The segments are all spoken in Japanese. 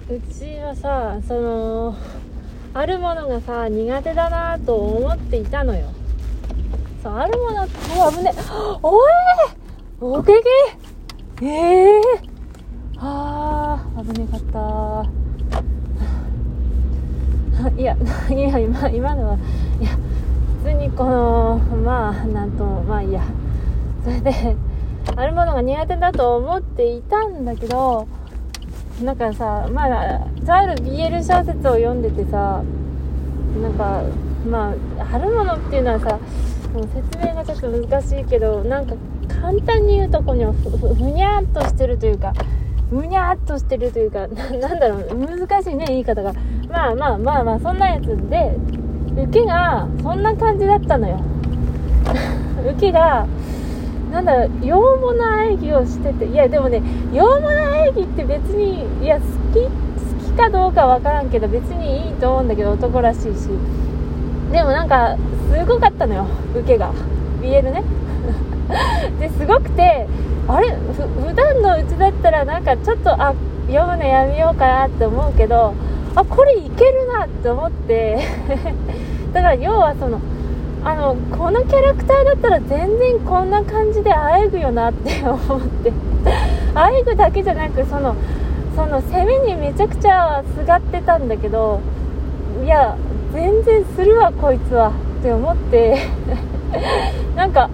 うちはさ、あるものがさ苦手だなと思っていたのよ。そう、あるものって危ね、おいおけけ危ねかったいや今のはいや普通にいいや。それであるものが苦手だと思っていたんだけど、なんかさ、とある BL 小説を読んでてさ、なんかあるものっていうのはさ、説明がちょっと難しいけど、なんか簡単に言うとふにゃーっとしてるというか、なんだろう、難しいね、言い方が。そんなやつで、受けがそんな感じだったのよ。受けがようもない演技をしてて、いやでもね、ようもない演技って別に、いや好きかどうかわからんけど別にいいと思うんだけど、男らしいし、でもなんかすごかったのよ、受けが BL ねですごくて、あれ普段のうちだったらなんかちょっと読むのやめようかなって思うけど、これいけるなって思ってだから要はこのキャラクターだったら全然こんな感じであえぐよなって思ってあえぐだけじゃなく、その攻めにめちゃくちゃすがってたんだけど、いや全然するわこいつはって思ってなんか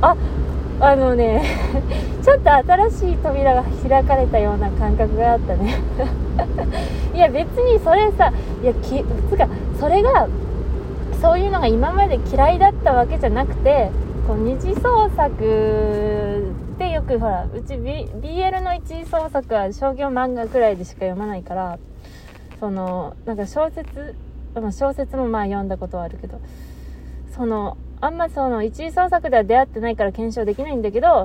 ちょっと新しい扉が開かれたような感覚があったねいや別にそれさ、それがそういうのが今まで嫌いだったわけじゃなくて、二次創作ってよくほら、うち、BL の一次創作は商業漫画くらいでしか読まないから、なんか小説も読んだことはあるけど、あんま一次創作では出会ってないから検証できないんだけど、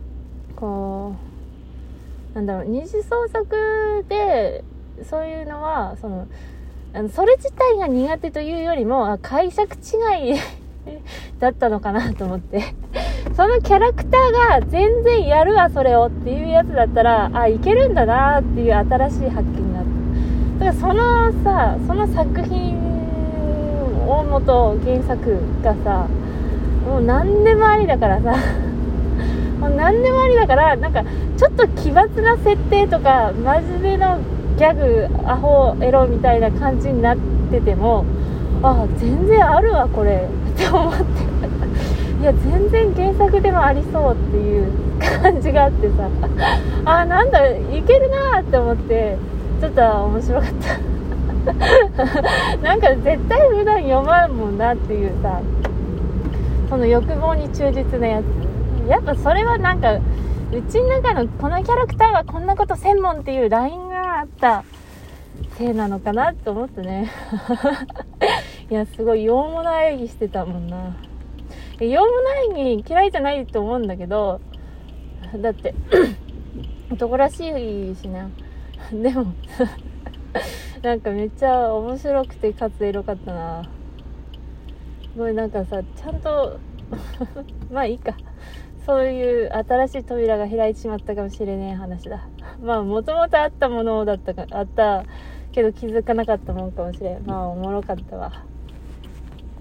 二次創作でそういうのはそれ自体が苦手というよりも解釈違いだったのかなと思ってそのキャラクターが全然やるわそれをっていうやつだったらいけるんだなっていう新しい発見があった。だからその作品原作がさ、もう何でもありだからさなんかちょっと奇抜な設定とか真面目なギャグアホエロみたいな感じになってても、全然あるわこれって思っていや全然原作でもありそうっていう感じがあってさなんだいけるなって思って、ちょっと面白かったなんか絶対普段読まんもんなっていうさ、その欲望に忠実なやつ、やっぱそれはなんかうちの中のこのキャラクターはこんなこと専門っていうラインがあったせいなのかなって思ってねいやすごいようもない演技してたもんな。ようもない演技嫌いじゃないと思うんだけど、だって男らしいしなでもなんかめっちゃ面白くてかつエロかったな。すごいなんかさ、ちゃんといいか、そういう新しい扉が開いてしまったかもしれねえ話だ。もともとあったものあったけど気づかなかったもんかもしれん。おもろかったわ。